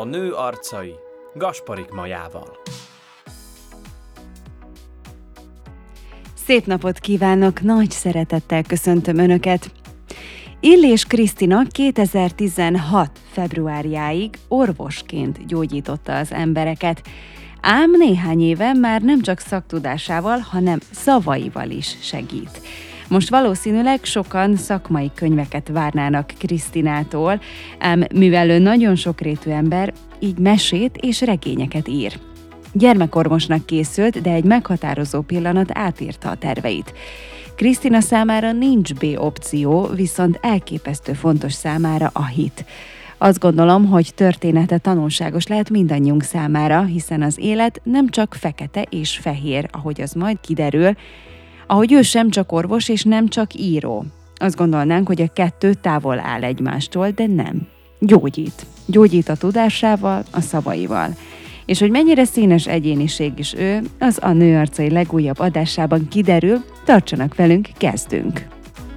nő arcai Gasparik Majával. Szép napot kívánok, nagy szeretettel köszöntöm Önöket! Illés Krisztina 2016. februárjáig orvosként gyógyította az embereket, ám néhány éve már nem csak szaktudásával, hanem szavaival is segít. Most valószínűleg sokan szakmai könyveket várnának Krisztinától, ám mivel ő nagyon sokrétű ember, így mesét és regényeket ír. Gyermekorvosnak készült, de egy meghatározó pillanat átírta a terveit. Krisztina számára nincs B opció, viszont elképesztő fontos számára a hit. Azt gondolom, hogy története tanulságos lehet mindannyiunk számára, hiszen az élet nem csak fekete és fehér, ahogy az majd kiderül, ahogy ő sem csak orvos és nem csak író. Azt gondolnánk, hogy a kettő távol áll egymástól, de nem. Gyógyít a tudásával, a szavaival. És hogy mennyire színes egyéniség is ő, az a Nő arcai legújabb adásában kiderül, tartsanak velünk, kezdünk!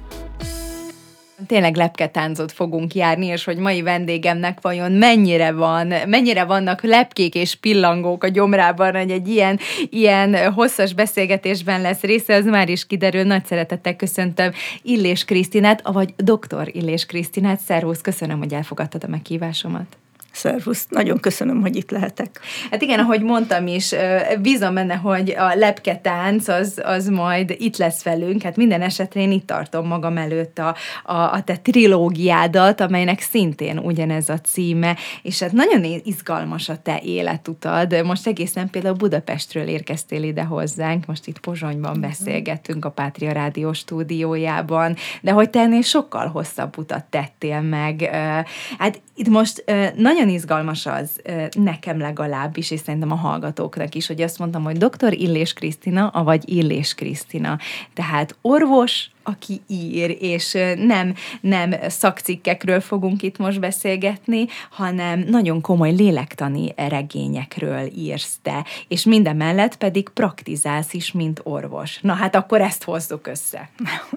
Tényleg lepketáncot fogunk járni, és hogy mai vendégemnek vajon mennyire vannak lepkék és pillangók a gyomrában, hogy egy ilyen hosszas beszélgetésben lesz része, az már is kiderül. Nagy szeretettel köszöntöm Illés Krisztinát, vagy Dr. Illés Krisztinát. Szervusz, köszönöm, hogy elfogadtad a meghívásomat. Szervusz, nagyon köszönöm, hogy itt lehetek. Hát igen, ahogy mondtam is, bízom benne, hogy a lepketánc az majd itt lesz velünk. Hát minden esetre én itt tartom magam előtt a te trilógiádat, amelynek szintén ugyanez a címe, és hát nagyon izgalmas a te életutad. Most egészen például Budapestről érkeztél ide hozzánk, most itt Pozsonyban beszélgettünk a Pátria Rádió stúdiójában, de hogy te ennél sokkal hosszabb utat tettél meg. Hát itt most nagyon izgalmas az, nekem legalábbis, és szerintem a hallgatóknak is, hogy azt mondtam, hogy Dr. Illés Krisztina, vagy Illés Krisztina. Tehát orvos, aki ír, és nem szakcikkekről fogunk itt most beszélgetni, hanem nagyon komoly lélektani regényekről írsz te, és mindemellett pedig praktizálsz is, mint orvos. Na hát akkor ezt hozzuk össze.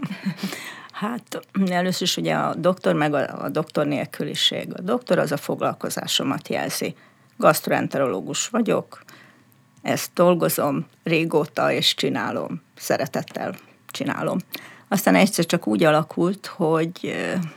Hát először is ugye a doktor meg a doktor nélküliség. A doktor az a foglalkozásomat jelzi. Gastroenterológus vagyok, ezt dolgozom régóta, és csinálom, szeretettel csinálom. Aztán egyszer csak úgy alakult, hogy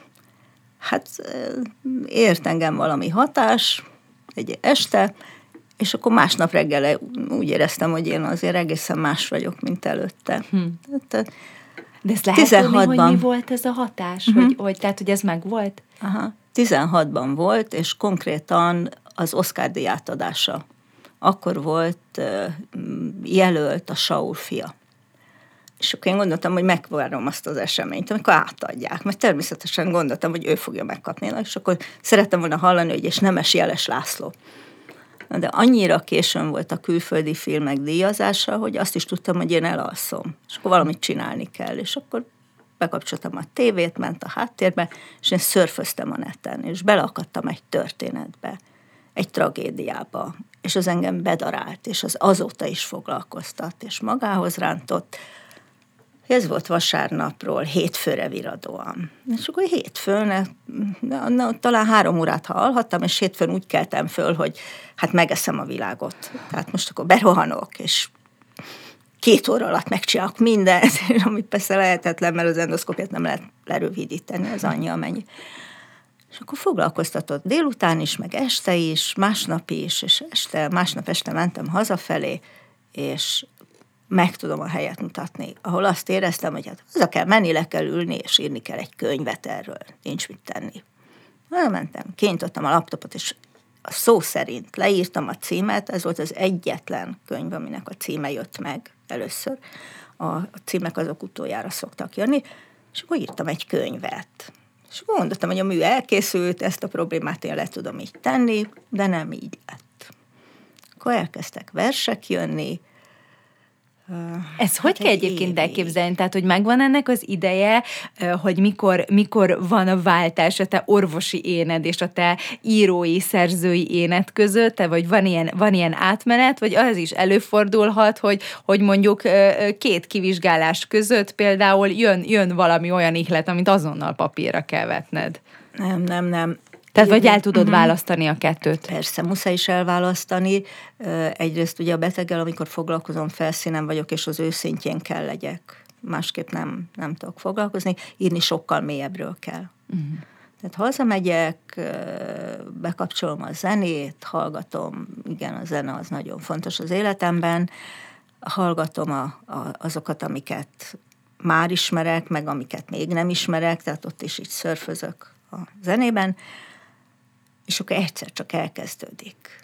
ért engem valami hatás egy este, és akkor másnap reggel úgy éreztem, hogy én azért egészen más vagyok, mint előtte. De ezt lehet tudni, hogy mi volt ez a hatás? Tehát, hogy ez megvolt? Aha. 16-ban volt, és konkrétan az Oscar-díj átadása. Akkor volt jelölt a Saul fia. És akkor én gondoltam, hogy megvárom azt az eseményt, amikor átadják, mert természetesen gondoltam, hogy ő fogja megkapni. És akkor szerettem volna hallani, hogy és Nemes Jeles László. De annyira későn volt a külföldi filmek díjazása, hogy azt is tudtam, hogy én elalszom, és akkor valamit csinálni kell, és akkor bekapcsoltam a tévét, ment a háttérbe, és én szörföztem a neten, és beleakadtam egy történetbe, egy tragédiába, és az engem bedarált, és az azóta is foglalkoztat, és magához rántott. Ez volt vasárnapról hétfőre viradóan. És akkor hétfőn, talán 3 órát, ha alhattam, és hétfőn úgy keltem föl, hogy hát megeszem a világot. Tehát most akkor berohanok, és 2 óra alatt megcsinálok mindent, ami persze lehetetlen, mert az endoszkópiát nem lehet lerövidíteni, az annyi, amennyi. És akkor foglalkoztatott délután is, meg este is, másnap is, és másnap este mentem hazafelé, és meg tudom a helyet mutatni, ahol azt éreztem, hogy hát haza kell menni, le kell ülni, és írni kell egy könyvet erről, nincs mit tenni. Elmentem, kinyitottam a laptopot, és a szó szerint leírtam a címet, ez volt az egyetlen könyv, aminek a címe jött meg először. A címek azok utoljára szoktak jönni, és akkor írtam egy könyvet. És akkor mondottam, hogy a mű elkészült, ezt a problémát én le tudom így tenni, de nem így lett. Akkor elkezdtek versek jönni. Ez hogy kell egyébként elképzelni? Tehát, hogy megvan ennek az ideje, hogy mikor van a váltás a te orvosi éned és a te írói, szerzői éned között, vagy van ilyen átmenet, vagy az is előfordulhat, hogy mondjuk 2 kivizsgálás között például jön valami olyan ihlet, amit azonnal papírra kell vetned. Nem. Tehát vagy el tudod választani a kettőt? Persze, muszáj is elválasztani. Egyrészt ugye a beteggel, amikor foglalkozom, felszínen vagyok, és az ő szintjén kell legyek. Másképp nem tudok foglalkozni. Írni sokkal mélyebbről kell. Tehát hazamegyek, bekapcsolom a zenét, hallgatom, igen, a zene az nagyon fontos az életemben, hallgatom azokat, amiket már ismerek, meg amiket még nem ismerek, tehát ott is így szörfözök a zenében, és akkor egyszer csak elkezdődik.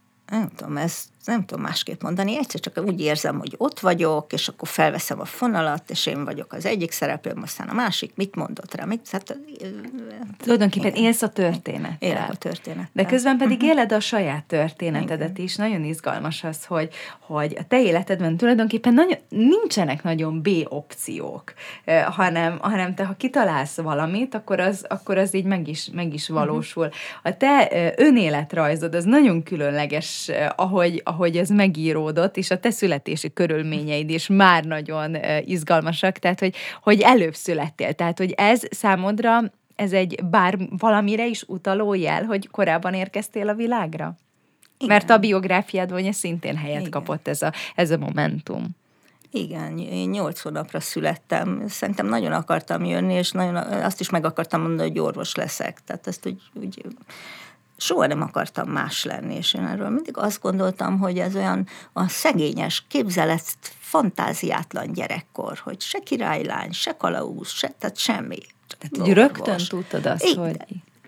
Nem tudom másképp mondani, egyszer csak úgy érzem, hogy ott vagyok, és akkor felveszem a fonalat, és én vagyok az egyik szereplőm, aztán a másik, mit mondott rá? Tulajdonképpen élsz a történettel. Élek a történettel. De közben pedig éled a saját történetedet is. Nagyon izgalmas az, hogy a te életedben tulajdonképpen nincsenek nagyon B opciók, hanem te, ha kitalálsz valamit, akkor az így meg is valósul. A te önéletrajzod az nagyon különleges, ahogy ez megíródott, és a te születési körülményeid is már nagyon izgalmasak, tehát, hogy előbb születtél. Tehát, hogy ez számodra, ez egy valamire is utaló jel, hogy korábban érkeztél a világra? Igen. Mert a biográfiádban szintén helyet kapott ez a momentum. Igen, én 8 hónapra születtem. Szerintem nagyon akartam jönni, és azt is meg akartam mondani, hogy orvos leszek. Tehát ezt úgy soha nem akartam más lenni, és én erről mindig azt gondoltam, hogy ez olyan a szegényes, képzelet, fantáziátlan gyerekkor, hogy se királylány, se kalauz, tehát semmi. Tehát rögtön tudtad azt, hogy...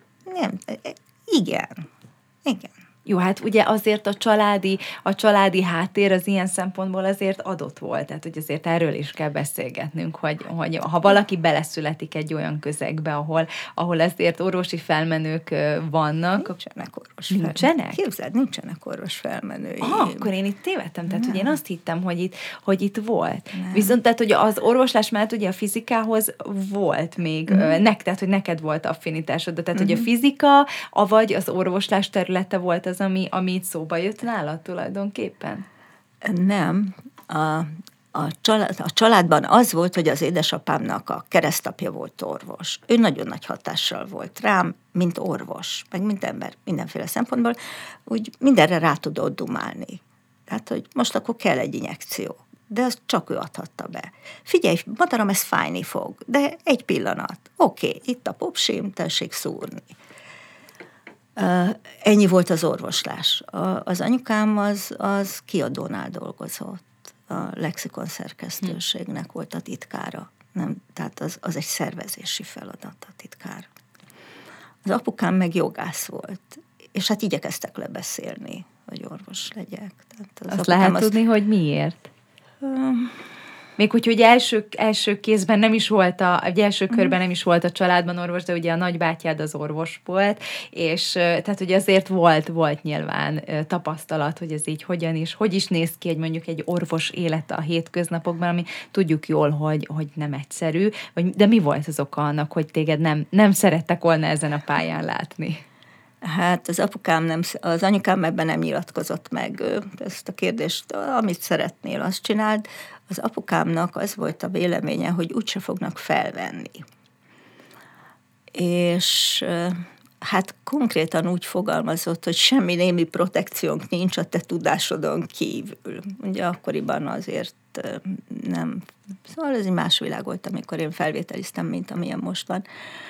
Igen. Jó, hát ugye azért a családi háttér az ilyen szempontból azért adott volt, tehát hogy azért erről is kell beszélgetnünk, hogy ha valaki beleszületik egy olyan közegbe, ahol ezért orvosi felmenők vannak. Nincsenek orvos felmenők. Nincsenek? Képzeld, nincsenek orvos felmenői. Akkor én itt tévedtem, tehát hogy én azt hittem, hogy itt volt. Nem. Viszont tehát, hogy az orvoslás mellett ugye a fizikához volt még, tehát, hogy neked volt affinitásod, tehát, hogy a fizika, avagy az orvoslás területe volt az, ami itt szóba jött nálad tulajdonképpen? Nem. A családban az volt, hogy az édesapámnak a keresztapja volt orvos. Ő nagyon nagy hatással volt rám, mint orvos, meg mint ember, mindenféle szempontból, úgy mindenre rá tudott dumálni. Tehát, hogy most akkor kell egy injekció. De azt csak ő adhatta be. Figyelj, madaram, ez fájni fog, de egy pillanat. Oké, itt a popsim, tessék szúrni. Ennyi volt az orvoslás. Az anyukám az kiadónál dolgozott. A lexikon szerkesztőségnek volt a titkára. Nem, tehát az egy szervezési feladat, a titkár. Az apukám meg jogász volt. És hát igyekeztek lebeszélni, hogy orvos legyek. Tehát azt lehet tudni, hogy miért? Még hogy első kézben nem is volt első körben nem is volt a családban orvos, de ugye a nagybátyád az orvos volt, és tehát ugye azért volt nyilván tapasztalat, hogy ez így hogy is néz ki mondjuk egy orvos élete a hétköznapokban, ami tudjuk jól, hogy nem egyszerű, de mi volt az oka annak, hogy téged nem szerettek volna ezen a pályán látni? Hát az anyukám ebben nem nyilatkozott meg ezt a kérdést, amit szeretnél, azt csináld. Az apukámnak az volt a véleménye, hogy úgyse fognak felvenni. És hát konkrétan úgy fogalmazott, hogy semmi némi protekciónk nincs a te tudásodon kívül. Ugye akkoriban azért nem. Szóval ez egy más világ volt, amikor én felvételiztem, mint amilyen most van.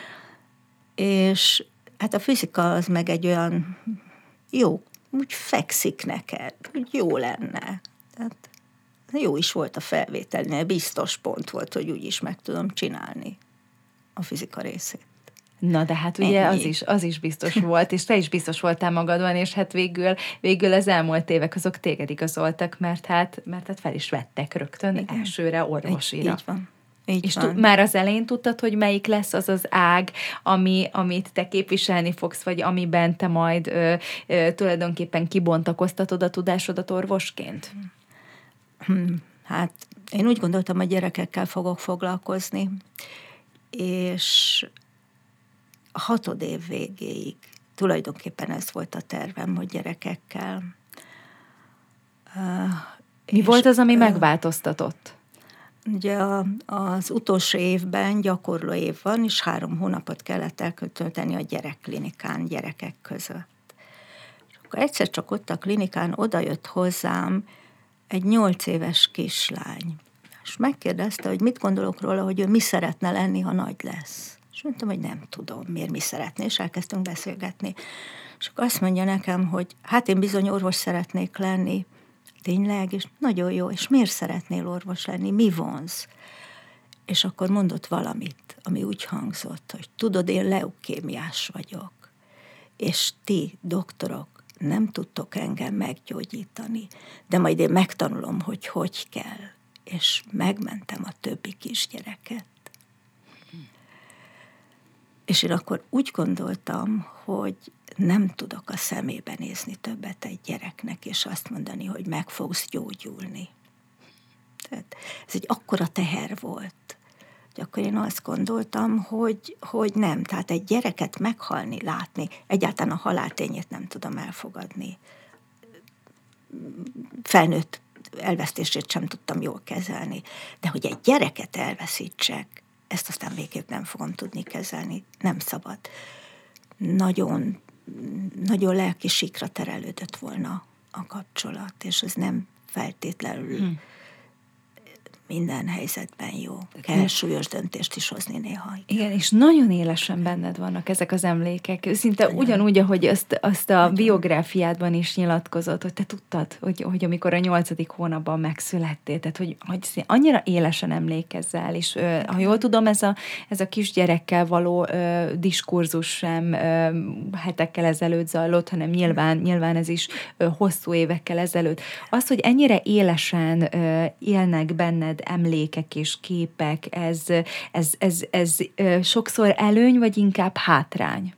És hát a fizika az meg egy olyan jó, úgy fekszik neked, úgy jó lenne. Tehát jó is volt a felvételnél, biztos pont volt, hogy úgy is meg tudom csinálni a fizika részét. Na, de hát ugye az is biztos volt, és te is biztos voltál magadban, és hát végül az elmúlt évek azok téged igazoltak, mert hát fel is vettek rögtön. Igen. Elsőre orvosira. Így van. És már az elején tudtad, hogy melyik lesz az az ág, amit te képviselni fogsz, vagy amiben te majd tulajdonképpen kibontakoztatod a tudásodat orvosként? Hát én úgy gondoltam, hogy gyerekekkel fogok foglalkozni, és a 6. év végéig tulajdonképpen ez volt a tervem, hogy gyerekekkel. Mi volt az, ami megváltoztatott? ugye az utolsó évben gyakorló év van, és 3 hónapot kellett eltölteni a gyerekklinikán gyerekek között. És akkor egyszer csak ott a klinikán odajött hozzám egy 8 éves kislány, és megkérdezte, hogy mit gondolok róla, hogy ő mi szeretne lenni, ha nagy lesz. És mondtam, hogy nem tudom, miért mi szeretné, és elkezdtünk beszélgetni. És akkor azt mondja nekem, hogy hát én bizony orvos szeretnék lenni. Tényleg, és nagyon jó, és miért szeretnél orvos lenni, mi vonz? És akkor mondott valamit, ami úgy hangzott, hogy tudod, én leukémiás vagyok, és ti, doktorok, nem tudtok engem meggyógyítani, de majd én megtanulom, hogy kell, és megmentem a többi kisgyereket. És én akkor úgy gondoltam, hogy nem tudok a szemébe nézni többet egy gyereknek, és azt mondani, hogy meg fogsz gyógyulni. Tehát ez egy akkora teher volt, hogy akkor én azt gondoltam, hogy nem. Tehát egy gyereket meghalni, látni, egyáltalán a haláltényét nem tudom elfogadni. Felnőtt elvesztését sem tudtam jól kezelni. De hogy egy gyereket elveszítsek, ezt aztán végképp nem fogom tudni kezelni. Nem szabad. Nagyon, nagyon lelki síkra terelődött volna a kapcsolat, és ez nem feltétlenül minden helyzetben jó. Kell súlyos döntést is hozni néha. Igen, és nagyon élesen benned vannak ezek az emlékek. Szinte ugyanúgy, ahogy azt a biográfiádban is nyilatkozott, hogy te tudtad, hogy amikor a 8. hónapban megszülettél, tehát hogy annyira élesen emlékezzel, és ha jól tudom, ez a kisgyerekkel való diskurzus sem hetekkel ezelőtt zajlott, hanem nyilván ez is hosszú évekkel ezelőtt. Az, hogy ennyire élesen élnek benned emlékek és képek, ez sokszor előny, vagy inkább hátrány?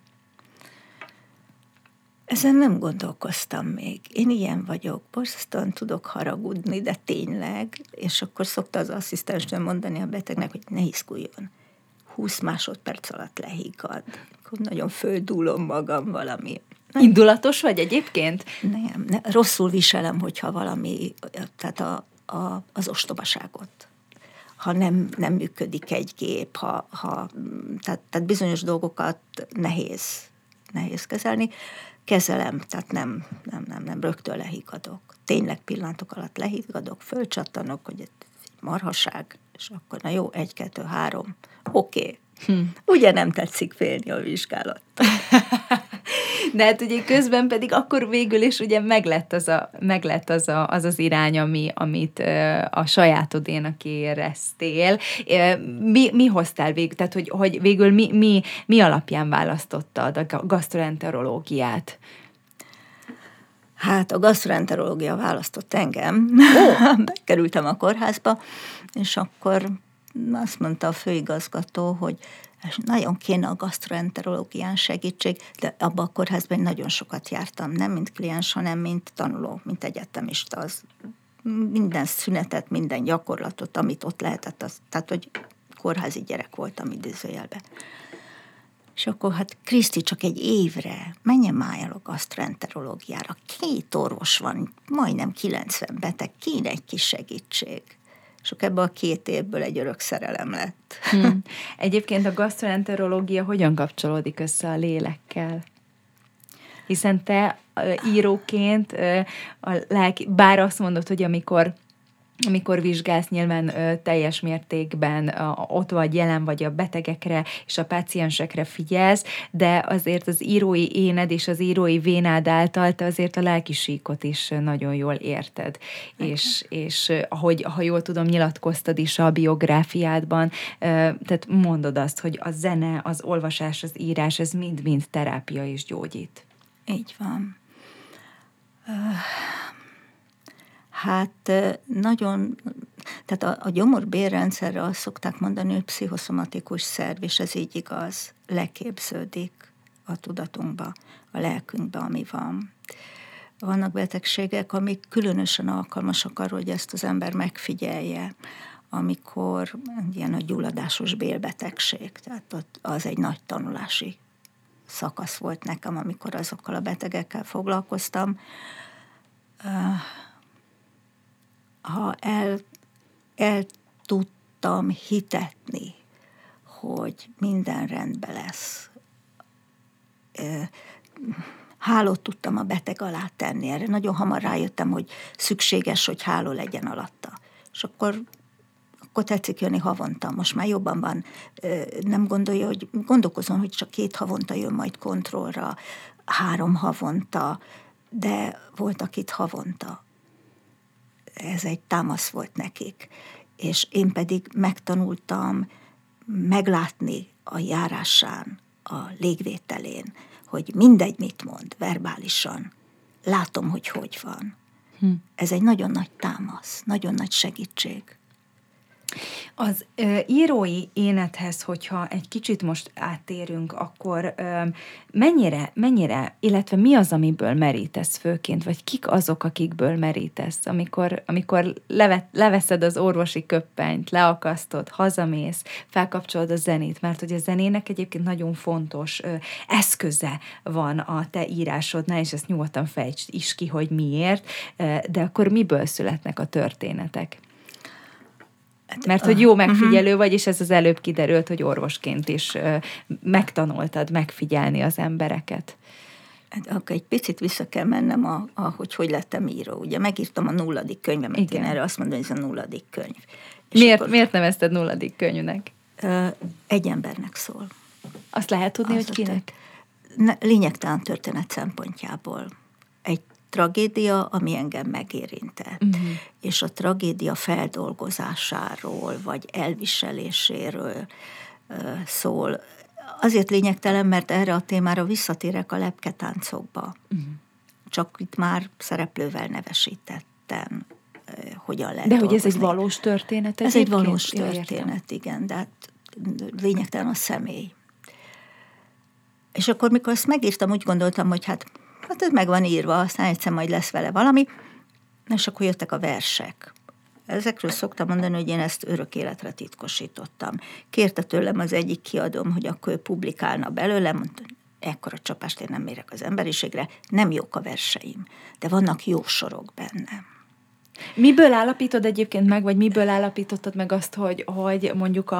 Ezen nem gondolkoztam még. Én ilyen vagyok, borzasztóan tudok haragudni, de tényleg, és akkor szokta az asszisztensnő mondani a betegnek, hogy ne izguljon. 20 másodperc alatt lehiggad. Akkor nagyon földúlom magam valami. Indulatos vagy egyébként? Nem, rosszul viselem, hogyha valami, tehát az ostobaságot. Ha nem működik egy gép, tehát bizonyos dolgokat nehéz kezelni. Kezelem, tehát nem rögtön lehiggadok. Tényleg pillanatok alatt lehiggadok, fölcsattanok, hogy egy marhaság, és akkor na jó, 1, 2, 3, oké. Ugye nem tetszik félni a vizsgálat. De hát ugye közben pedig akkor végül is ugye meglett az irány, amit a sajátodénak éreztél. Mi hoztál végül? Tehát, hogy végül mi alapján választottad a gasztroenterológiát? Hát a gasztroenterológia választott engem. Bekerültem a kórházba, és akkor azt mondta a főigazgató, hogy nagyon kéne a gasztroenterológián segítség, de abban a kórházban én nagyon sokat jártam, nem mint kliens, hanem mint tanuló, mint egyetemista. Az minden szünetet, minden gyakorlatot, amit ott lehetett, tehát hogy kórházi gyerek voltam idézőjelben. És akkor hát Kriszti, csak egy évre menjen már el a gasztroenterológiára. 2 orvos van, majdnem 90 beteg, kéne egy kis segítség. És akkor ebből a 2 évből egy örök szerelem lett. Egyébként a gasztroenterológia hogyan kapcsolódik össze a lélekkel? Hiszen te íróként bár azt mondod, hogy amikor vizsgálsz, nyilván teljes mértékben ott vagy, jelen vagy a betegekre és a páciensekre figyelsz, de azért az írói éned és az írói vénád által te azért a lelkisíkot is nagyon jól érted. És ahogy, ha jól tudom, nyilatkoztad is a biográfiádban, tehát mondod azt, hogy a zene, az olvasás, az írás, ez mind-mind terápia és gyógyít. Így van. Hát nagyon, tehát a gyomor-bélrendszerre azt szokták mondani, hogy pszichoszomatikus szerv, és ez így igaz, leképződik a tudatunkba, a lelkünkbe, ami van. Vannak betegségek, amik különösen alkalmasak arra, hogy ezt az ember megfigyelje, amikor ilyen a gyulladásos bélbetegség, tehát az egy nagy tanulási szakasz volt nekem, amikor azokkal a betegekkel foglalkoztam. Ha tudtam hitetni, hogy minden rendben lesz. Hálót tudtam a beteg alá tenni. Erre nagyon hamar rájöttem, hogy szükséges, hogy háló legyen alatta. És akkor tetszik jönni havonta. Most már jobban van. Nem gondolja, hogy gondolkozom, hogy csak 2 havonta jön majd kontrollra, 3 havonta, de voltak itt havonta. Ez egy támasz volt nekik. És én pedig megtanultam meglátni a járásán, a légvételén, hogy mindegy, mit mond, verbálisan. Látom, hogy van. Ez egy nagyon nagy támasz, nagyon nagy segítség. Az írói énethez, hogyha egy kicsit most áttérünk, akkor mennyire, illetve mi az, amiből merítesz főként, vagy kik azok, akikből merítesz, amikor leveszed az orvosi köppenyt, leakasztod, hazamész, felkapcsolod a zenét, mert hogy a zenének egyébként nagyon fontos eszköze van a te írásodnál, és ezt nyugodtan fejtsd is ki, hogy miért, de akkor miből születnek a történetek? Mert hogy jó megfigyelő vagy, és ez az előbb kiderült, hogy orvosként is megtanultad megfigyelni az embereket. Akkor egy picit vissza kell mennem, hogy lettem író. Ugye megírtam a 0. könyvemet, igen. Én erre azt mondom, hogy ez a 0. könyv. Miért nevezted 0. könyvnek? Egy embernek szól. Azt lehet tudni, hogy kinek? Lényegtelen történet szempontjából. Egy tragédia, ami engem megérintett. És a tragédia feldolgozásáról, vagy elviseléséről szól. Azért lényegtelen, mert erre a témára visszatérek a lepketáncokba. Csak itt már szereplővel nevesítettem, hogyan lehet De dolgozni. hogy ez egy valós történet? Ez egy valós történet, igen, de hát lényegtelen a személy. És akkor, mikor ezt megírtam, úgy gondoltam, hogy hát ez meg van írva, aztán egyszer majd lesz vele valami, és akkor jöttek a versek. Ezekről szoktam mondani, hogy én ezt örök életre titkosítottam. Kérte tőlem az egyik kiadóm, hogy akkor ő publikálna belőlem, mondta, ekkora csapást én nem mérek az emberiségre, nem jók a verseim, de vannak jó sorok bennem. Miből állapítod egyébként meg, vagy miből állapítottad meg azt, hogy mondjuk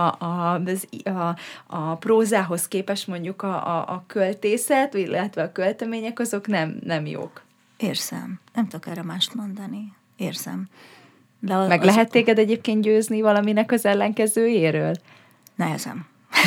a prózához képest mondjuk a költészet, illetve a költemények azok nem jók? Érzem. Nem tudok erre mást mondani. Érzem. De meg lehet téged egyébként győzni valaminek az ellenkezőjéről? Nehezem.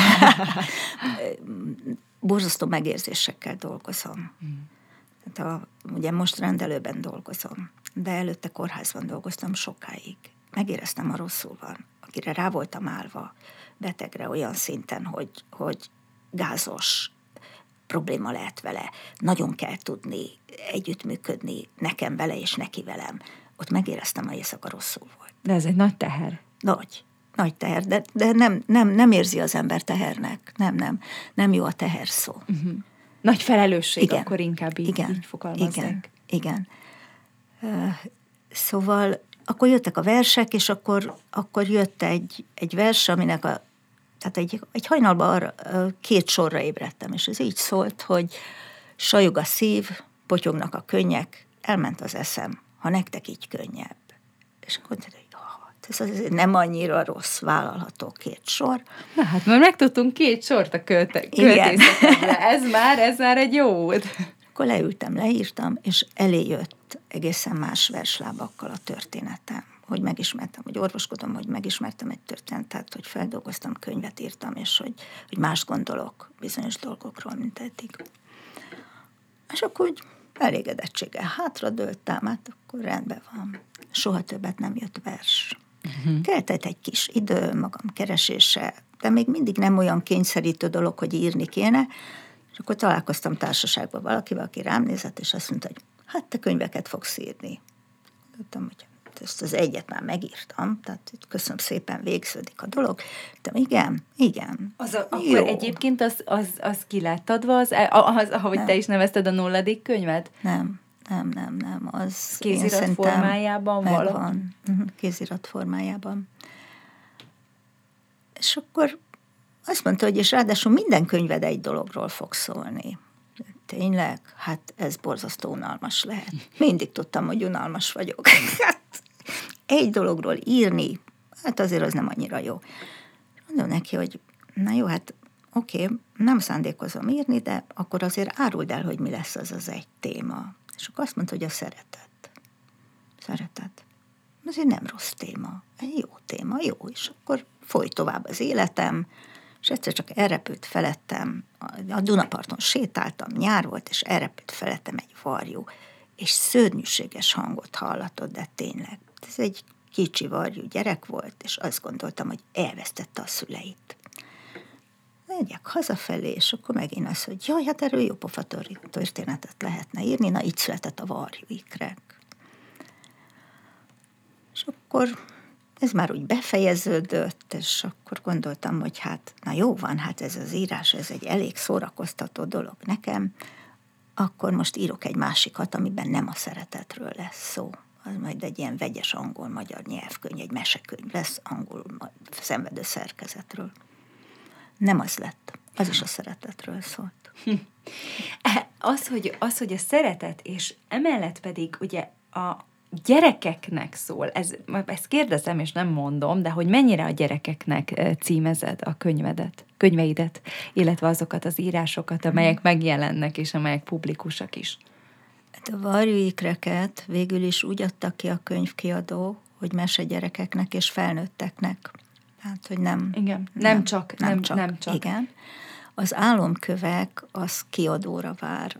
Borzasztó megérzésekkel dolgozom. Ugye most rendelőben dolgozom, de előtte kórházban dolgoztam sokáig. Megéreztem, ha rosszul van, akire rá voltam állva, betegre olyan szinten, hogy gázos probléma lehet vele. Nagyon kell tudni együttműködni nekem vele és neki velem. Ott megéreztem, hogy éjszaka rosszul volt. De ez egy nagy teher. Nagy teher, de nem érzi az ember tehernek. Nem jó a teher szó. Nagy felelősség, igen, akkor inkább így fogalmazzák. Igen. Szóval akkor jöttek a versek, és akkor jött egy vers, aminek tehát egy hajnalban arra 2 sorra ébredtem, és ez így szólt, hogy sajog a szív, potyognak a könnyek, elment az eszem, ha nektek így könnyebb. És akkor mondta, hogy ez azért nem annyira rossz, vállalható 2 sor. Na hát, mert megtudtunk 2 sort a költészetedre. Ez már egy jó út. Akkor leültem, leírtam, és elé jött egészen más verslábakkal a történetem. Hogy megismertem, hogy orvoskodom, hogy megismertem egy történetet, hogy feldolgoztam, könyvet írtam, és hogy más gondolok bizonyos dolgokról, mint eddig. És akkor úgy elégedettséggel hátradőltem, hát akkor rendben van. Soha többet nem jött vers. Keltett egy kis idő, magam keresése, de még mindig nem olyan kényszerítő dolog, hogy írni kéne, és akkor találkoztam társaságban valakivel, aki rám nézett, és azt mondta, hogy hát te könyveket fogsz írni. Mondtam, hogy ezt az egyet már megírtam, tehát köszönöm szépen, végződik a dolog. De igen. Akkor egyébként az ki lett adva, ahogy nem. Te is nevezted a 0. könyvet? Nem. Az kézirat formájában megvan. Kézirat formájában. És akkor azt mondta, hogy és ráadásul minden könyved egy dologról fog szólni. Tényleg? Hát ez borzasztó unalmas lehet. Mindig tudtam, hogy unalmas vagyok. Hát egy dologról írni, hát azért az nem annyira jó. Mondom neki, hogy na jó, hát oké, nem szándékozom írni, de akkor azért áruld el, hogy mi lesz az egy téma. És akkor azt mondta, hogy a szeretet. Szeretet. Azért nem rossz téma. Egy jó téma, jó. És akkor folyt tovább az életem, és egyszer csak elrepült felettem, a Dunaparton sétáltam, nyár volt, és elrepült felettem egy varjú, és szörnyűséges hangot hallatott, de tényleg. Ez egy kicsi varjú gyerek volt, és azt gondoltam, hogy elvesztette a szüleit. Megyek hazafelé, és akkor megint az, hogy jaj, hát erről jó pofa történetet lehetne írni, na így született a varjú ikrek. És akkor ez már úgy befejeződött, és akkor gondoltam, hogy hát, na jó van, hát ez az írás, ez egy elég szórakoztató dolog nekem, akkor most írok egy másikat, amiben nem a szeretetről lesz szó. Az majd egy ilyen vegyes angol-magyar nyelvkönyv, egy mesekönyv lesz angol szenvedő szerkezetről. Nem az lett. Az is a szeretetről szólt. Az, hogy a szeretet, és emellett pedig ugye a gyerekeknek szól, ezt kérdezem, és nem mondom, de hogy mennyire a gyerekeknek címezed a könyveidet, illetve azokat az írásokat, amelyek megjelennek, és amelyek publikusak is. Hát a varjú ikreket végül is úgy adta ki a könyvkiadó, hogy mesegyerekeknek és felnőtteknek. Hát, hogy nem. Igen, nem csak. Igen. Az álomkövek, az kiadóra vár.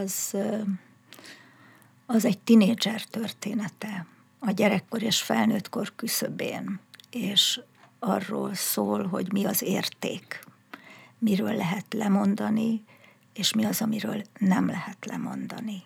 Az egy tinédzser története. A gyerekkor és felnőttkor küszöbén. És arról szól, hogy mi az érték. Miről lehet lemondani, és mi az, amiről nem lehet lemondani.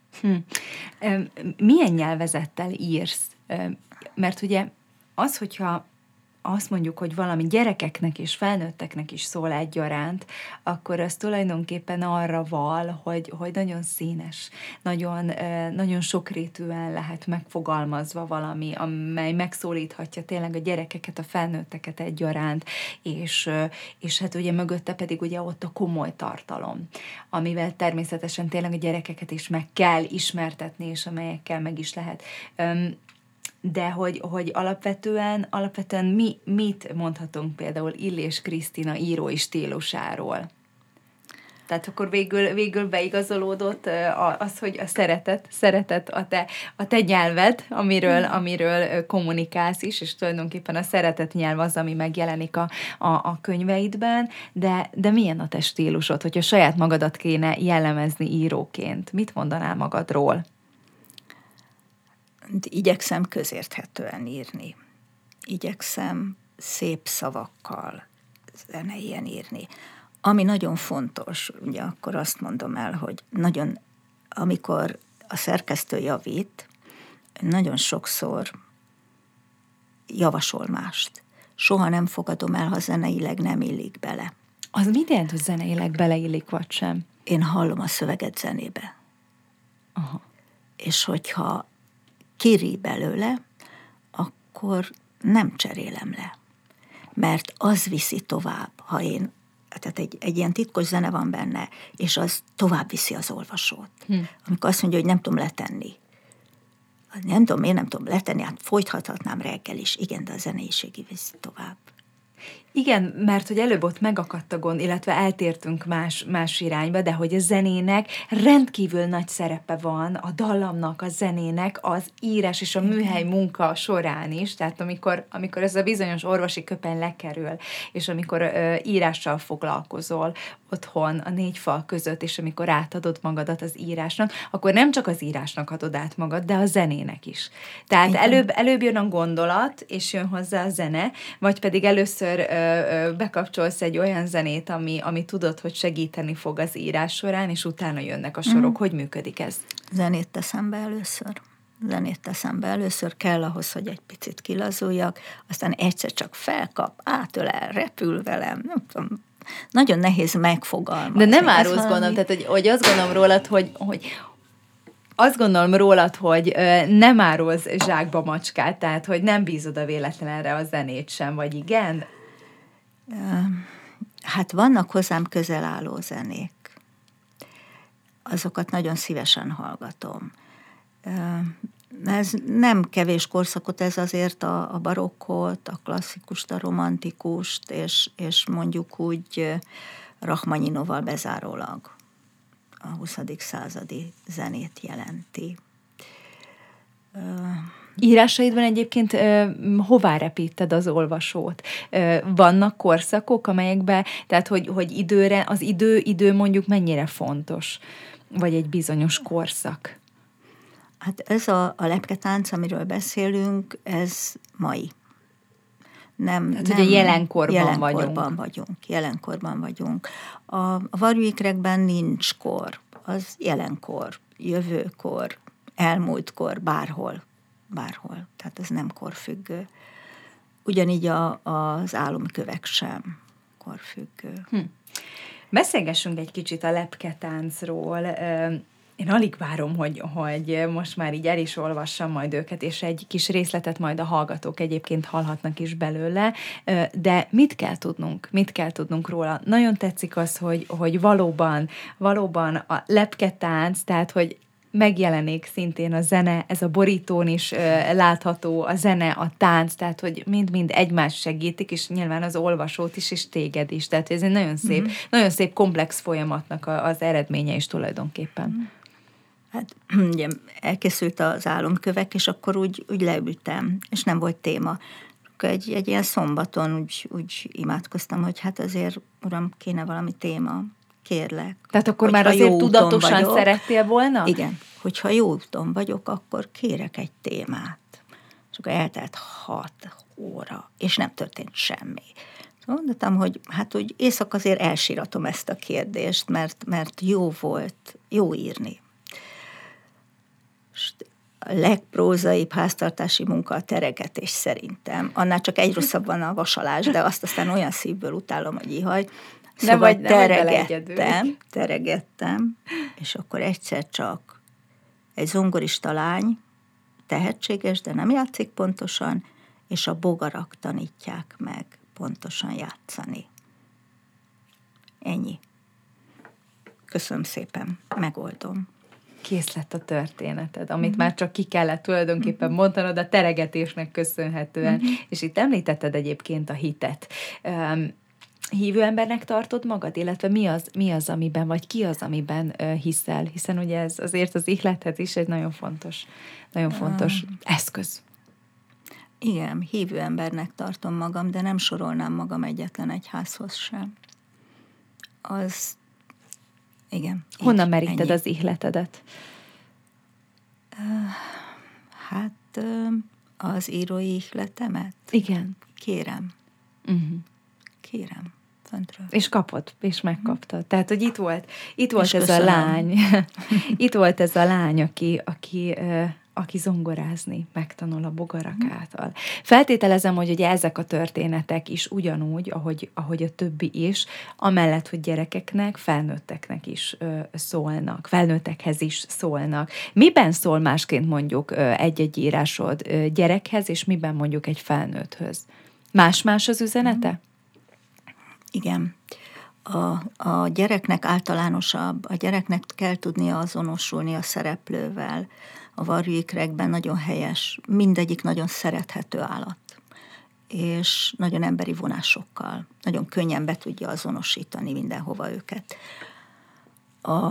Milyen nyelvezettel írsz? Mert ugye az, hogyha azt mondjuk, hogy valami gyerekeknek és felnőtteknek is szól egyaránt, akkor az tulajdonképpen arra val, hogy nagyon színes, nagyon sokrétűen lehet megfogalmazva valami, amely megszólíthatja tényleg a gyerekeket, a felnőtteket egyaránt, és hát ugye mögötte pedig ugye ott a komoly tartalom, amivel természetesen tényleg a gyerekeket is meg kell ismertetni, és amelyekkel meg is lehet. De hogy alapvetően mit mondhatunk például Illés Krisztina írói stílusáról? Tehát akkor végül beigazolódott az, hogy a szeretet a te nyelved, amiről kommunikálsz is, és tulajdonképpen a szeretet nyelv az, ami megjelenik a könyveidben, de milyen a te stílusod, hogyha saját magadat kéne jellemezni íróként? Mit mondanál magadról? Igyekszem közérthetően írni. Igyekszem szép szavakkal, zeneien írni. Ami nagyon fontos, ugye akkor azt mondom el, hogy amikor a szerkesztő javít, nagyon sokszor javasol mást. Soha nem fogadom el, ha zeneileg nem illik bele. Az mit jelent, hogy zeneileg beleillik, vagy sem? Én hallom a szöveget zenébe. Aha. És hogyha kéri belőle, akkor nem cserélem le. Mert az viszi tovább, ha én, tehát egy ilyen titkos zene van benne, és az tovább viszi az olvasót. Amikor azt mondja, hogy nem tudom letenni. Nem tudom letenni, hát folytathatnám reggel is. Igen, de a zeneiségi viszi tovább. Igen, mert hogy előbb ott megakadt a gond, illetve eltértünk más irányba, de hogy a zenének rendkívül nagy szerepe van, a dallamnak, a zenének, az írás és a műhely munka során is, tehát amikor ez a bizonyos orvosi köpeny lekerül, és amikor írással foglalkozol otthon a négy fal között, és amikor átadod magadat az írásnak, akkor nem csak az írásnak adod át magad, de a zenének is. Tehát előbb jön a gondolat, és jön hozzá a zene, vagy pedig először bekapcsolsz egy olyan zenét, ami tudod, hogy segíteni fog az írás során, és utána jönnek a sorok. Hogy működik ez? Zenét teszem be először, kell ahhoz, hogy egy picit kilazuljak, aztán egyszer csak felkap, átölel, repül velem, nem tudom, nagyon nehéz megfogalmazni. De nem árulsz, gondolom, tehát hogy azt gondolom rólad, hogy nem árulsz zsákba macskát, tehát hogy nem bízod a véletlenre a zenét sem, vagy igen? Hát vannak hozzám közel álló zenék. Azokat nagyon szívesen hallgatom. Ez nem kevés korszakot, ez azért a barokkot, a klasszikust, a romantikust, és mondjuk úgy Rachmaninoval bezárólag a 20. századi zenét jelenti. Írásaidban egyébként hová repíted az olvasót? Vannak korszakok, amelyekben, tehát hogy időre, az idő mondjuk mennyire fontos? Vagy egy bizonyos korszak? Hát ez a lepketánc, amiről beszélünk, ez mai. Nem, ugye jelenkorban vagyunk. A varjúikrekben nincs kor. Az jelenkor, jövőkor, elmúltkor, bárhol. Tehát ez nem korfüggő. Ugyanígy az álomkövek sem korfüggő. Beszélgessünk egy kicsit a lepketáncról. Én alig várom, hogy most már így el is olvassam majd őket, és egy kis részletet majd a hallgatók egyébként hallhatnak is belőle, de mit kell tudnunk róla? Nagyon tetszik az, hogy valóban a lepketánc, tehát hogy megjelenik szintén a zene, ez a borítón is látható, a zene, a tánc, tehát hogy mind-mind egymást segítik, és nyilván az olvasót is, és téged is. Tehát ez egy nagyon szép komplex folyamatnak az eredménye is tulajdonképpen. Hát ugye elkészült az álomkövek, és akkor úgy leültem, és nem volt téma. Egy ilyen szombaton úgy imádkoztam, hogy hát azért, uram, kéne valami téma, kérlek. Tehát akkor már azért tudatosan vagyok, szerettél volna? Igen, hogyha jó úton vagyok, akkor kérek egy témát. És akkor eltelt 6 óra, és nem történt semmi. Mondtam, hogy hát úgy éjszak azért elsíratom ezt a kérdést, mert jó volt, jó írni. A legprózaibb háztartási munka a teregetés szerintem. Annál csak egy rosszabb van a vasalás, de azt aztán olyan szívből utálom, hogy ihaj. Szóval teregettem, és akkor egyszer csak egy zongorista lány, tehetséges, de nem játszik pontosan, és a bogarak tanítják meg pontosan játszani. Ennyi. Köszönöm szépen, megoldom. Kész lett a történeted, amit már csak ki kellett tulajdonképpen mondanod a teregetésnek köszönhetően. És itt említetted egyébként a hitet. Hívő embernek tartod magad, illetve mi az, amiben, vagy ki az, amiben hiszel? Hiszen ugye ez azért az ihlethez is egy nagyon fontos eszköz. Igen, hívő embernek tartom magam, de nem sorolnám magam egyetlen egyházhoz sem. Igen. Honnan meríted az ihletedet? Hát az írói ihletemet? Igen. Kérem. Kérem. Föntről. És kapod, és megkaptad. Tehát, hogy itt volt ez a lány. Itt volt ez a lány, aki zongorázni megtanul a bogarak által. Feltételezem, hogy ugye ezek a történetek is ugyanúgy, ahogy a többi is, amellett, hogy gyerekeknek, felnőtteknek is szólnak, felnőttekhez is szólnak. Miben szól másként mondjuk egy-egy írásod gyerekhez, és miben mondjuk egy felnőtthöz? Más-más az üzenete? Igen. A gyereknek általánosabb, a gyereknek kell tudnia azonosulni a szereplővel. A varjúikrekben nagyon helyes, mindegyik nagyon szerethető állat, és nagyon emberi vonásokkal, nagyon könnyen be tudja azonosítani mindenhova őket. A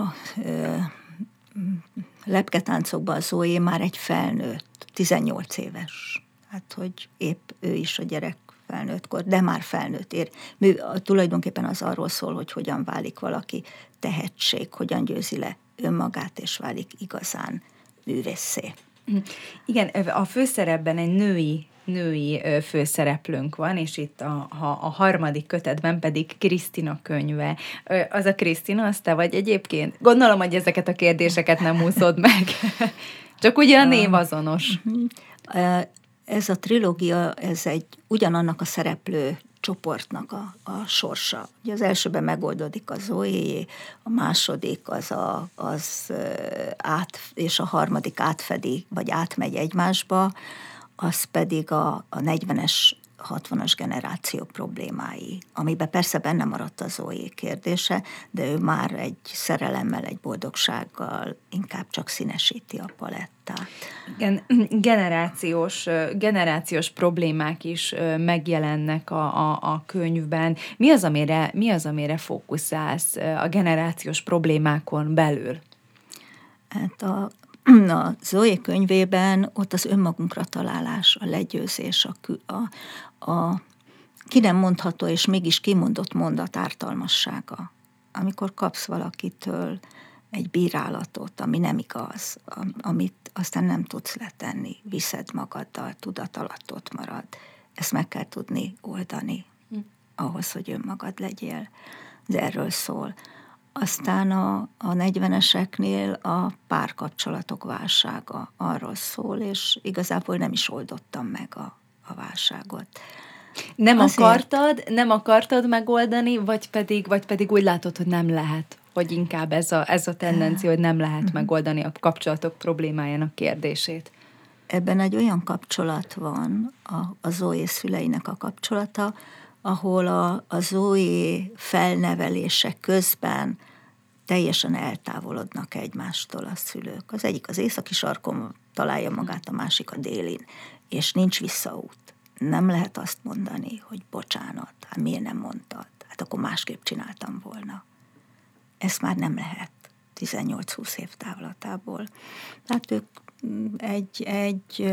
lepketáncokban Zoé már egy felnőtt, 18 éves. Hát, hogy épp ő is a gyerek felnőttkor, de már felnőtt ér. Tulajdonképpen az arról szól, hogy hogyan válik valaki tehetség, hogyan győzi le önmagát, és válik igazán művészé. Igen, a főszerepben egy női főszereplőnk van, és itt a harmadik kötetben pedig Krisztina könyve. Az a Krisztina, az te vagy egyébként? Gondolom, hogy ezeket a kérdéseket nem úszod meg. Csak ugye a név azonos. Ez a trilógia, ez ugyanannak a szereplő csoportnak a sorsa. Ugye az elsőben megoldódik a Zoé, a második és a harmadik átfedi, vagy átmegy egymásba, az pedig a 40-es 60-as generáció problémái, amiben persze benne maradt a Zoe kérdése, de ő már egy szerelemmel, egy boldogsággal inkább csak színesíti a palettát. Igen, generációs problémák is megjelennek a könyvben. Mi az, amire fókuszálsz a generációs problémákon belül? Hát a Zoe könyvében ott az önmagunkra találás, a legyőzés, a ki nem mondható és mégis kimondott mondat ártalmassága. Amikor kapsz valakitől egy bírálatot, ami nem igaz, amit aztán nem tudsz letenni, viszed magaddal, tudat alatt ott marad. Ezt meg kell tudni oldani ahhoz, hogy önmagad legyél. De erről szól. Aztán a 40-eseknél a párkapcsolatok válsága arról szól, és igazából nem is oldottam meg a válságot. Nem akartad megoldani, vagy pedig úgy látod, hogy nem lehet, hogy inkább ez a tendencia, hogy nem lehet megoldani a kapcsolatok problémájának kérdését? Ebben egy olyan kapcsolat van, a Zoe szüleinek a kapcsolata, ahol a Zoe felnevelése közben teljesen eltávolodnak egymástól a szülők. Az egyik az északi sarkon találja magát, a másik a délin, és nincs visszaút. Nem lehet azt mondani, hogy bocsánat, hát miért nem mondtad? Hát akkor másképp csináltam volna. Ezt már nem lehet 18-20 év távlatából. Tehát ők egy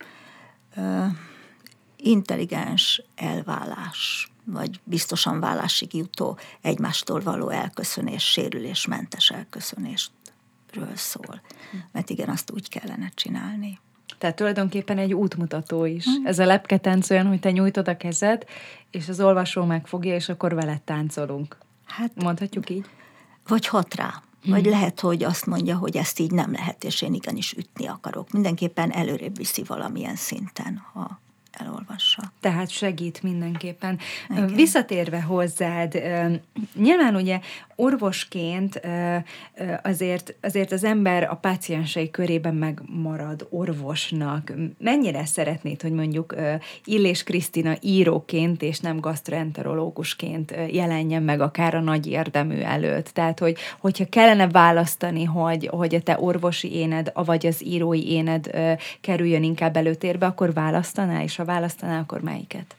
intelligens elválás, vagy biztosan válásig jutó egymástól való elköszönés, sérülésmentes elköszönésről szól. Mert igen, azt úgy kellene csinálni. Tehát tulajdonképpen egy útmutató is. Ez a lepketánc olyan, hogy te nyújtod a kezed, és az olvasó megfogja, és akkor veled táncolunk. Hát, mondhatjuk így? Vagy hat rá. Vagy lehet, hogy azt mondja, hogy ezt így nem lehet, és én igenis ütni akarok. Mindenképpen előrébb viszi valamilyen szinten, ha elolvassa. Tehát segít mindenképpen. Igen. Visszatérve hozzád, nyilván ugye orvosként azért az ember a páciensei körében megmarad orvosnak. Mennyire szeretnéd, hogy mondjuk Illés Krisztina íróként és nem gasztroenterológusként jelenjen meg akár a nagy érdemű előtt? Tehát, hogyha kellene választani, hogy a te orvosi éned, vagy az írói éned kerüljön inkább előtérbe, akkor választanál, és ha választanál, akkor melyiket?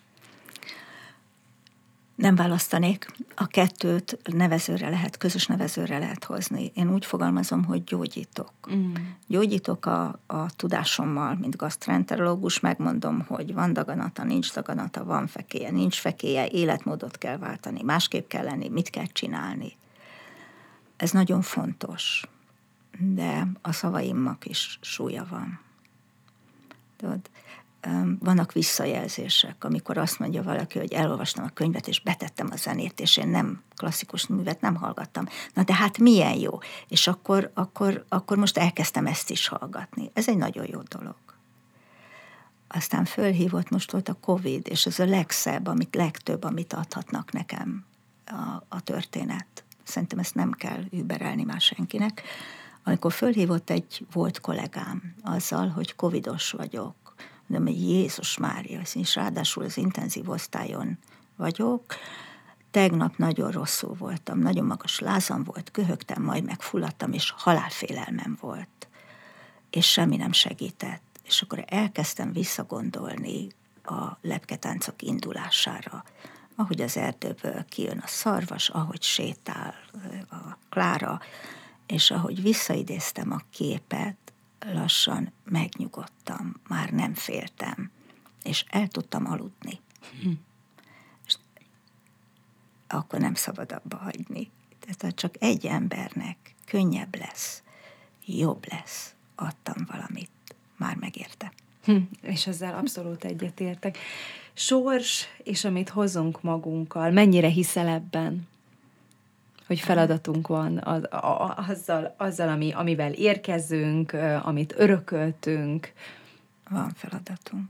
Nem választanék. A kettőt közös nevezőre lehet hozni. Én úgy fogalmazom, hogy gyógyítok. Gyógyítok a tudásommal, mint gasztroenterológus, megmondom, hogy van daganata, nincs daganata, van fekélye, nincs fekélye, életmódot kell váltani, másképp kell lenni, mit kell csinálni. Ez nagyon fontos, de a szavaimnak is súlya van. Tudod, vannak visszajelzések, amikor azt mondja valaki, hogy elolvastam a könyvet, és betettem a zenét, és én nem klasszikus művet nem hallgattam. Na de hát milyen jó. És akkor most elkezdtem ezt is hallgatni. Ez egy nagyon jó dolog. Aztán fölhívott, most volt a Covid, és ez a legszebb, legtöbb, amit adhatnak nekem a történet. Szerintem ezt nem kell überelni már senkinek. Amikor fölhívott egy volt kollégám azzal, hogy covidos vagyok, de Jézus Mária, és ráadásul az intenzív osztályon vagyok. Tegnap nagyon rosszul voltam, nagyon magas lázam volt, köhögtem, majd megfulladtam, és halálfélelmem volt. És semmi nem segített. És akkor elkezdtem visszagondolni a lepketáncok indulására. Ahogy az erdőből kijön a szarvas, ahogy sétál a Klára, és ahogy visszaidéztem a képet, lassan megnyugodtam, már nem féltem, és el tudtam aludni. És akkor nem szabad abba hagyni. Tehát csak egy embernek könnyebb lesz, jobb lesz, adtam valamit, már megérte. És ezzel abszolút egyetértek. Sors, és amit hozunk magunkkal, mennyire hiszel ebben? Hogy feladatunk van azzal amivel érkezünk, amit örököltünk. Van feladatunk.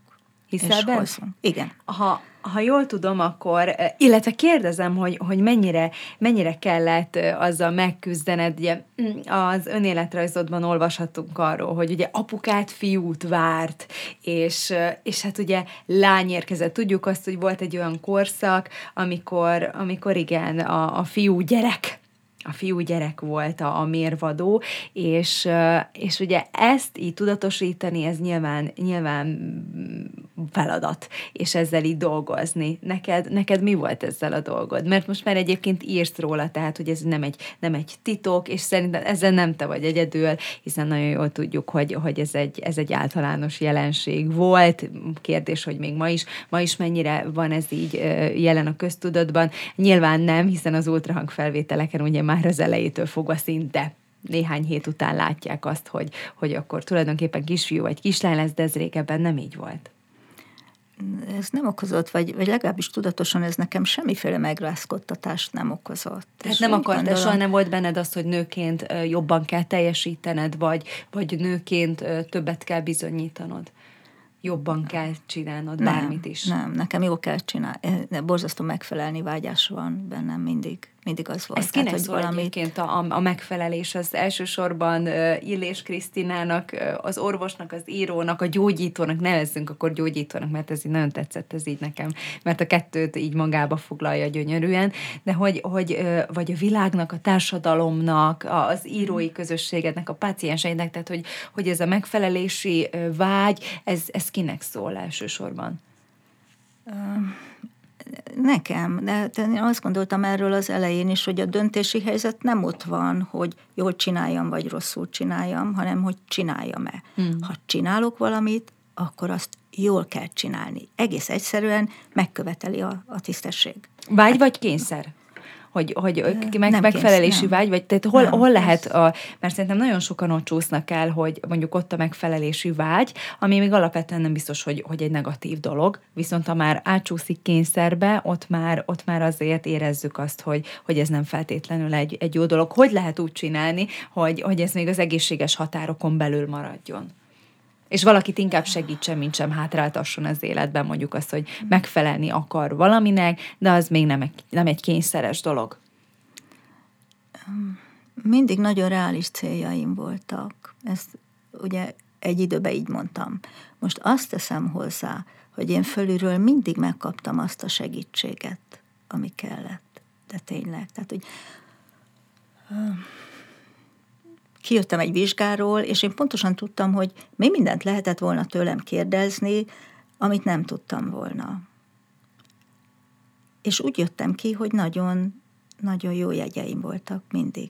Hiszel és benne? hozunk. Igen. Ha jól tudom, akkor, illetve kérdezem, hogy mennyire kellett azzal megküzdened, ugye az önéletrajzodban olvashattunk arról, hogy ugye apukát fiút várt, és hát ugye lány érkezett. Tudjuk azt, hogy volt egy olyan korszak, amikor igen, a fiúgyerek volt a mérvadó, és ugye ezt így tudatosítani, ez nyilván feladat, és ezzel így dolgozni. Neked mi volt ezzel a dolgod? Mert most már egyébként írsz róla, tehát, hogy ez nem egy titok, és szerintem ezzel nem te vagy egyedül, hiszen nagyon jól tudjuk, hogy ez egy általános jelenség volt. Kérdés, hogy még ma is mennyire van ez így jelen a köztudatban. Nyilván nem, hiszen az ultrahang felvételeken ugye már az elejétől fogva szinte néhány hét után látják azt, hogy akkor tulajdonképpen kisfiú vagy kislány lesz, de ez régebben nem így volt. Ez nem okozott, vagy legalábbis tudatosan ez nekem semmiféle megrázkodtatást nem okozott. Tehát nem akartál, soha nem volt benned az, hogy nőként jobban kell teljesítened, vagy nőként többet kell bizonyítanod? Jobban kell csinálnod bármit is? Nem, nekem jól kell csinálni. Borzasztó megfelelni vágyás van bennem mindig az volt. Ez kinek szól egyébként a megfelelés? Az elsősorban Illés Krisztinának, az orvosnak, az írónak, a gyógyítónak, nevezzünk akkor gyógyítónak, mert ez így nagyon tetszett, ez így nekem, mert a kettőt így magába foglalja gyönyörűen, de vagy a világnak, a társadalomnak, az írói közösségednek, a pácienseidnek, tehát hogy ez a megfelelési vágy, ez kinek szól elsősorban? Nekem, de én azt gondoltam erről az elején is, hogy a döntési helyzet nem ott van, hogy jól csináljam, vagy rosszul csináljam, hanem hogy csináljam-e. Ha csinálok valamit, akkor azt jól kell csinálni. Egész egyszerűen megköveteli a tisztesség. Vágy vagy kényszer? Hogy megfelelési vágy, vagy tehát hol lehet, mert szerintem nagyon sokan ott csúsznak el, hogy mondjuk ott a megfelelési vágy, ami még alapvetően nem biztos, hogy egy negatív dolog, viszont ha már átcsúszik kényszerbe, ott már azért érezzük azt, hogy ez nem feltétlenül egy jó dolog. Hogy lehet úgy csinálni, hogy ez még az egészséges határokon belül maradjon? És valakit inkább segítsen, mint sem hátráltasson az életben, mondjuk azt, hogy megfelelni akar valaminek, de az még nem egy kényszeres dolog. Mindig nagyon reális céljaim voltak. Ezt ugye egy időben így mondtam. Most azt teszem hozzá, hogy én fölülről mindig megkaptam azt a segítséget, ami kellett. De tényleg. Tehát, hogy kijöttem egy vizsgáról, és én pontosan tudtam, hogy mi mindent lehetett volna tőlem kérdezni, amit nem tudtam volna. És úgy jöttem ki, hogy nagyon, nagyon jó jegyeim voltak mindig.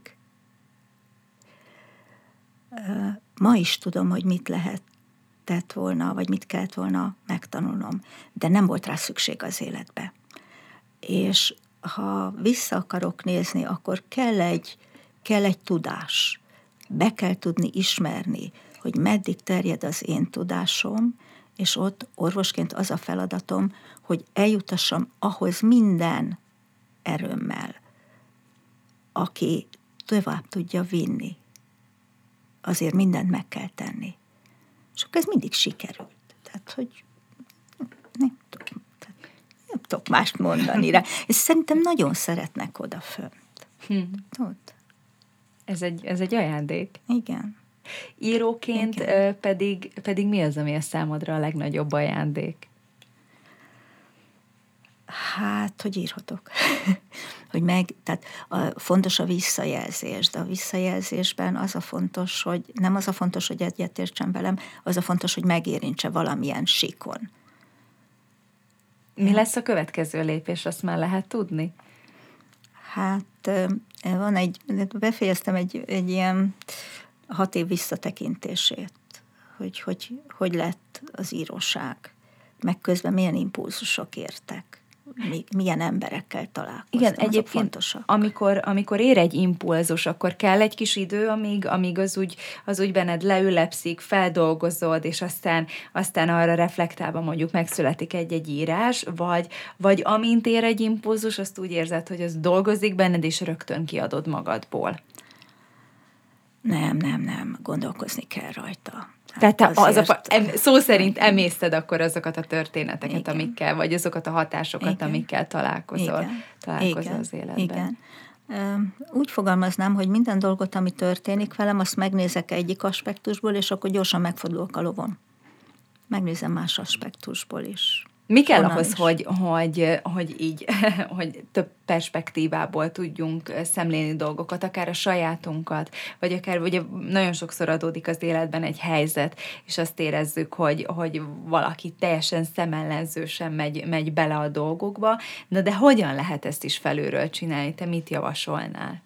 Ma is tudom, hogy mit lehetett volna, vagy mit kellett volna megtanulnom, de nem volt rá szükség az életbe. És ha vissza akarok nézni, akkor kell egy tudás. Be kell tudni ismerni, hogy meddig terjed az én tudásom, és ott orvosként az a feladatom, hogy eljutassam ahhoz minden erőmmel, aki tovább tudja vinni. Azért mindent meg kell tenni. És akkor ez mindig sikerült. Tehát, hogy nem tudok mást mondani rá. És szerintem nagyon szeretnek odafönt. Tudod? Ez egy ajándék. Igen. Íróként pedig mi az, ami a számodra a legnagyobb ajándék? Hát, hogy írhatok. Tehát fontos a visszajelzés, de a visszajelzésben az a fontos, hogy nem az a fontos, hogy egyetértsen velem, az a fontos, hogy megérintse valamilyen síkon. Mi lesz a következő lépés, azt már lehet tudni? Hát befejeztem egy ilyen 6 év visszatekintését, hogy lett az íróság, meg közben milyen impulzusok értek, milyen emberekkel találkoztam. Igen, egyébként amikor ér egy impulzus, akkor kell egy kis idő, amíg az úgy benned leülepszik, feldolgozod, és aztán arra reflektálva mondjuk megszületik egy írás, vagy amint ér egy impulzus, azt úgy érzed, hogy az dolgozik benned, és rögtön kiadod magadból. Nem, gondolkozni kell rajta. Tehát te szó szerint emészted akkor azokat a történeteket, igen. amikkel, vagy azokat a hatásokat, igen. amikkel találkozol az életben. Igen. Úgy fogalmaznám, hogy minden dolgot, ami történik velem, azt megnézek egyik aspektusból, és akkor gyorsan megfordulok a lovon. Megnézem más aspektusból is. Mi kell ahhoz, hogy így, hogy több perspektívából tudjunk szemlélni dolgokat, akár a sajátunkat, vagy akár ugye nagyon sokszor adódik az életben egy helyzet, és azt érezzük, hogy valaki teljesen szemellenzősen megy bele a dolgokba, de hogyan lehet ezt is felülről csinálni? Te mit javasolnál?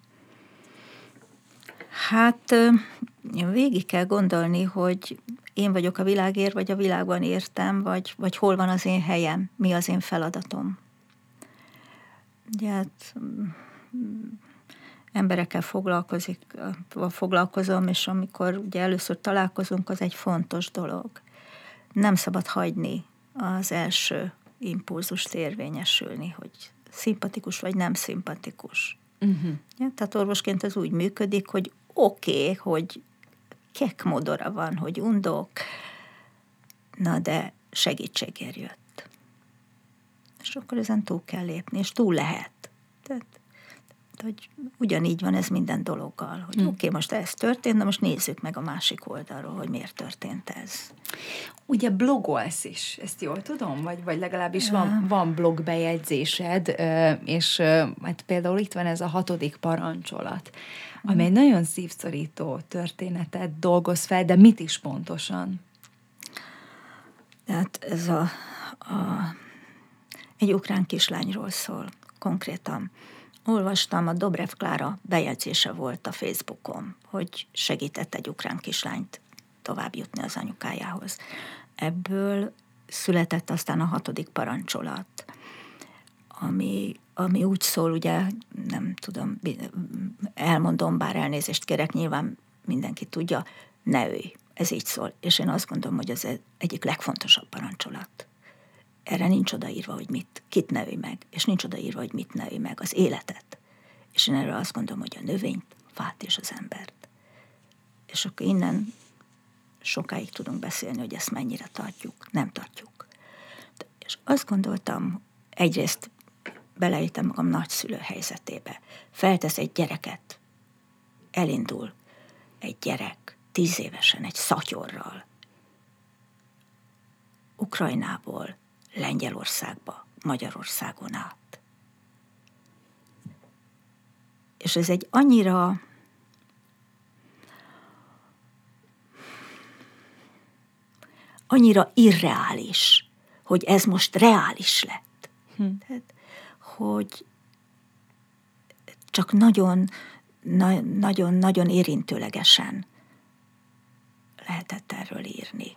Hát végig kell gondolni, hogy én vagyok a világért, vagy a világban értem, vagy hol van az én helyem, mi az én feladatom. Ugye hát emberekkel foglalkozom, és amikor ugye először találkozunk, az egy fontos dolog. Nem szabad hagyni az első impulzust érvényesülni, hogy szimpatikus vagy nem szimpatikus. Uh-huh. Ja, tehát orvosként ez úgy működik, hogy oké, hogy kekkmodora van, hogy undok, na de segítségért jött. És akkor ezen túl kell lépni, és túl lehet. Tehát, hogy ugyanígy van ez minden dologgal, hogy oké, most ez történt, de most nézzük meg a másik oldalról, hogy miért történt ez. Ugye blogolsz is, ezt jól tudom? Vagy legalábbis van blogbejegyzésed, és hát például itt van ez a 6. parancsolat, ami egy nagyon szívszorító történetet dolgoz fel, de mit is pontosan? Tehát ez egy ukrán kislányról szól, konkrétan. Olvastam, a Dobrev Klára bejegyzése volt a Facebookon, hogy segített egy ukrán kislányt tovább jutni az anyukájához. Ebből született aztán a 6. parancsolat, ami úgy szól, ugye nem tudom, elmondom, bár elnézést kérek, nyilván mindenki tudja, ne ölj. Ez így szól. És én azt gondolom, hogy ez egyik legfontosabb parancsolat. Erre nincs odaírva, hogy kit ne ölj meg, és nincs odaírva, hogy mit ne ölj meg, az életet. És én erről azt gondolom, hogy a növényt, a fát és az embert. És akkor innen sokáig tudunk beszélni, hogy ezt mennyire tartjuk, nem tartjuk. És azt gondoltam, egyrészt beleértem magam nagyszülő helyzetébe. Feltesz egy gyereket, elindul egy gyerek 10 évesen egy szatyorral Ukrajnából Lengyelországba, Magyarországon át. És ez egy annyira irreális, hogy ez most reális lett. Tehát, hogy csak nagyon érintőlegesen lehetett erről írni.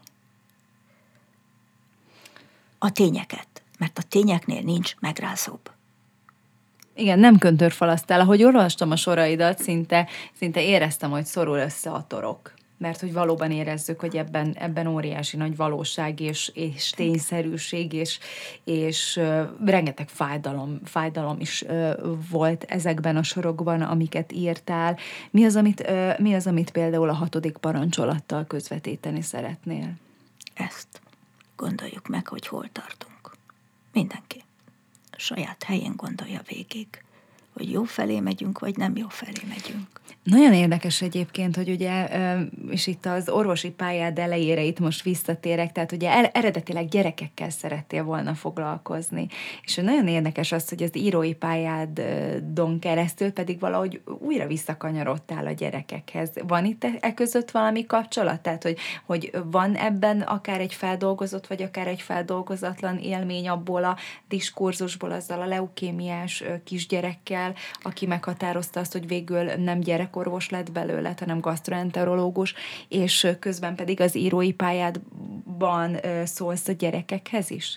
A tényeket, mert a tényeknél nincs megrázóbb. Igen, nem köntörfalasztál. Ahogy olvastam a soraidat, szinte éreztem, hogy szorul össze a torok. Mert hogy valóban érezzük, hogy ebben óriási nagy valóság és tényszerűség, és rengeteg fájdalom is volt ezekben a sorokban, amiket írtál. Mi az, amit például a 6. parancsolattal közvetíteni szeretnél? Ezt gondoljuk meg, hogy hol tartunk. Mindenki a saját helyén gondolja végig, hogy jó felé megyünk, vagy nem jó felé megyünk. Nagyon érdekes egyébként, hogy ugye, és itt az orvosi pályád elejére itt most visszatérek, tehát ugye eredetileg gyerekekkel szerettél volna foglalkozni, és nagyon érdekes az, hogy az írói pályádon keresztül pedig valahogy újra visszakanyarodtál a gyerekekhez. Van itt között valami kapcsolat? Tehát, hogy van ebben akár egy feldolgozott, vagy akár egy feldolgozatlan élmény abból a diskurzusból, azzal a leukémiás kisgyerekkel, aki meghatározta azt, hogy végül nem gyerekorvos lett belőle, hanem gasztroenterológus, és közben pedig az írói pályádban szólsz a gyerekekhez is?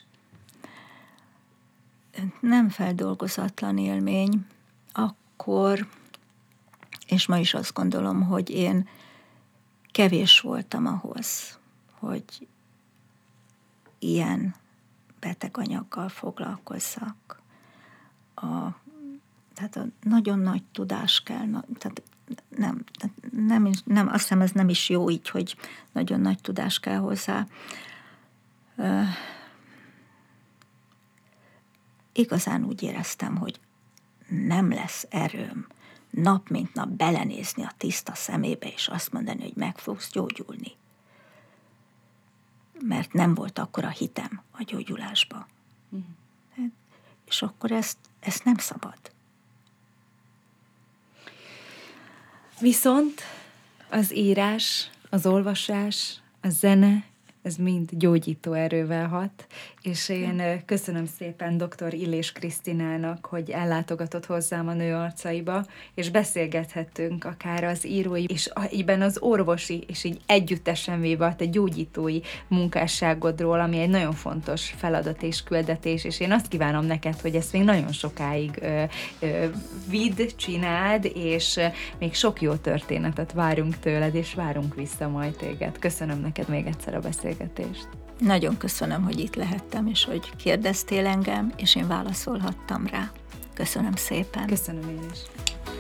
Nem feldolgozatlan élmény. Akkor, és ma is azt gondolom, hogy én kevés voltam ahhoz, hogy ilyen beteg anyaggal foglalkozzak. Tehát nagyon nagy tudás kell, tehát nem, azt hiszem ez nem is jó így, hogy nagyon nagy tudás kell hozzá. Igazán úgy éreztem, hogy nem lesz erőm nap mint nap belenézni a tiszta szemébe, és azt mondani, hogy meg fogsz gyógyulni. Mert nem volt akkora hitem a gyógyulásba. És akkor ezt nem szabad. Viszont az írás, az olvasás, a zene, ez mind gyógyító erővel hat, és én köszönöm szépen dr. Illés Krisztinának, hogy ellátogatott hozzám a Nő arcaiba, és beszélgethettünk akár az írói, és egyben az orvosi, és így együttesen véve a te gyógyítói munkásságodról, ami egy nagyon fontos feladat és küldetés, és én azt kívánom neked, hogy ezt még nagyon sokáig vidd, csináld, és még sok jó történetet várunk tőled, és várunk vissza majd téged. Köszönöm neked még egyszer a beszélgetést. Nagyon köszönöm, hogy itt lehettem, és hogy kérdeztél engem, és én válaszolhattam rá. Köszönöm szépen. Köszönöm én is.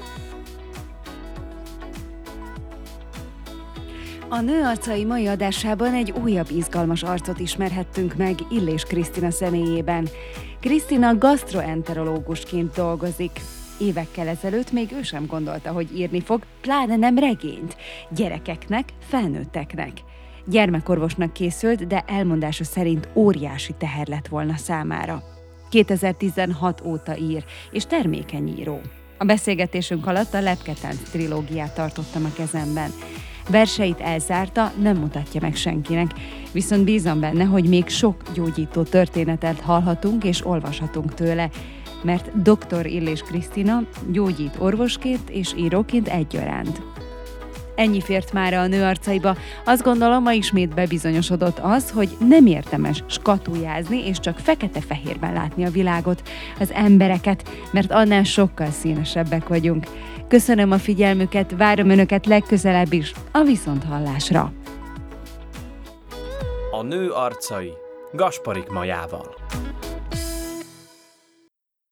A Nő arcai mai adásában egy újabb izgalmas arcot ismerhettünk meg Illés Krisztina személyében. Krisztina gastroenterológusként dolgozik. Évekkel ezelőtt még ő sem gondolta, hogy írni fog, pláne nem regényt. Gyerekeknek, felnőtteknek. Gyermekorvosnak készült, de elmondása szerint óriási teher lett volna számára. 2016 óta ír, és termékeny író. A beszélgetésünk alatt a Lepketánc trilógiát tartottam a kezemben. Verseit elzárta, nem mutatja meg senkinek, viszont bízom benne, hogy még sok gyógyító történetet hallhatunk és olvashatunk tőle, mert dr. Illés Krisztina gyógyít orvosként és íróként egyaránt. Ennyi fért már a Nő arcaiba. Azt gondolom, ma ismét bebizonyosodott az, hogy nem érdemes skatujázni és csak fekete-fehérben látni a világot, az embereket, mert annál sokkal színesebbek vagyunk. Köszönöm a figyelmüket, várom Önöket legközelebb is a viszonthallásra. A Nő arcai Gasparik Majával.